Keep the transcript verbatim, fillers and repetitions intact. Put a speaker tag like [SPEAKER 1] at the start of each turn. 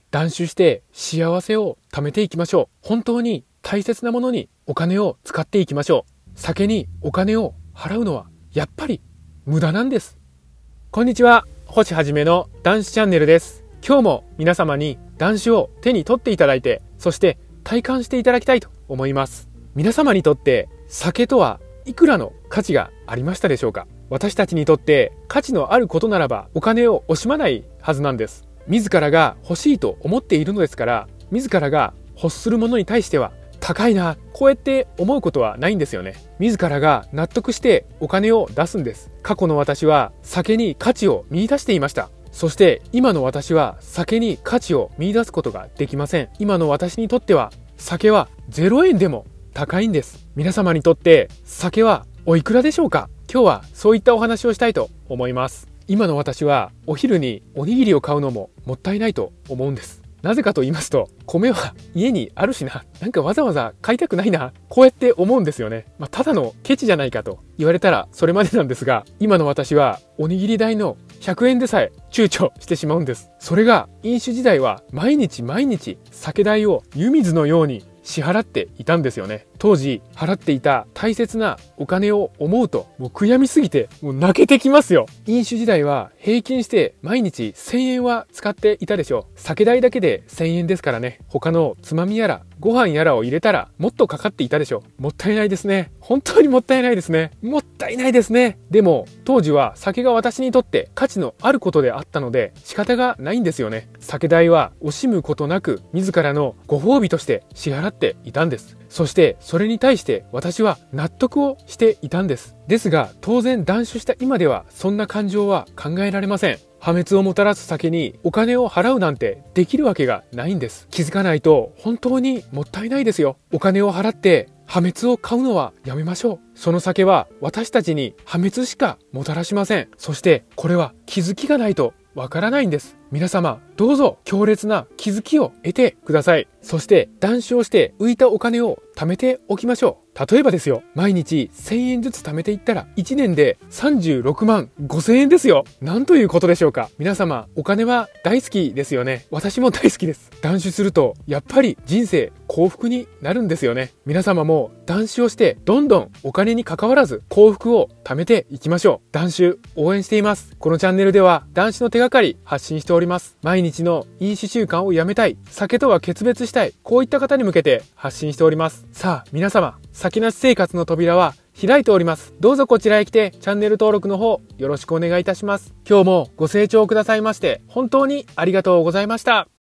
[SPEAKER 1] 断酒して幸せを貯めていきましょう。本当に大切なものにお金を使っていきましょう。酒にお金を払うのはやっぱり無駄なんです。こんにちは、星はじめの男子チャンネルです。今日も皆様に断酒を手に取っていただいて、そして体感していただきたいと思います。皆様にとって酒とはいくらの価値がありましたでしょうか？私たちにとって価値のあることならばお金を惜しまないはずなんです。自らが欲しいと思っているのですから、自らが欲するものに対しては高いな、こうやって思うことはないんですよね。自らが納得してお金を出すんです。過去の私は酒に価値を見出していました。そして今の私は酒に価値を見出すことができません。今の私にとっては酒はゼロえんでも高いんです。皆様にとって酒はおいくらでしょうか？今日はそういったお話をしたいと思います。今の私はお昼におにぎりを買うのももったいないと思うんです。なぜかと言いますと、米は家にあるしな、なんかわざわざ買いたくないな、こうやって思うんですよね。まあ、ただのケチじゃないかと言われたらそれまでなんですが、今の私はおにぎり代のひゃくえんでさえ躊躇してしまうんです。それが飲酒時代は毎日毎日酒代を湯水のように支払っていたんですよね。当時払っていた大切なお金を思うともう悔やみすぎてもう泣けてきますよ。飲酒時代は平均して毎日せんえんは使っていたでしょう。酒代だけでせんえんですからね。他のつまみやらご飯やらを入れたらもっとかかっていたでしょう。もったいないですね。本当にもったいないですね。もったいないですね。でも当時は酒が私にとって価値のあることであったので仕方がないんですよね。酒代は惜しむことなく自らのご褒美として支払っていたんです。そしてそれに対して私は納得をしていたんです。ですが当然断酒した今ではそんな感情は考えられません。破滅をもたらす酒にお金を払うなんてできるわけがないんです。気づかないと本当にもったいないですよ。お金を払って破滅を買うのはやめましょう。その酒は私たちに破滅しかもたらしません。そしてこれは気づきがないとわからないんです。皆様どうぞ強烈な気づきを得てください。そして断酒をして浮いたお金を貯めておきましょう。例えばですよ、毎日せんえんずつ貯めていったらいちねんでさんじゅうろくまんごせんえんですよ。なんということでしょうか。皆様お金は大好きですよね。私も大好きです。断酒するとやっぱり人生幸福になるんですよね。皆様も断酒をしてどんどんお金に関わらず幸福を貯めていきましょう。断酒応援しています。このチャンネルでは断酒の手がかり発信しております。毎日の飲酒習慣をやめたい、酒とは決別したい、こういった方に向けて発信しております。さあ皆様、酒なし生活の扉は開いております。どうぞこちらへ来てチャンネル登録の方よろしくお願いいたします。今日もご清聴くださいまして本当にありがとうございました。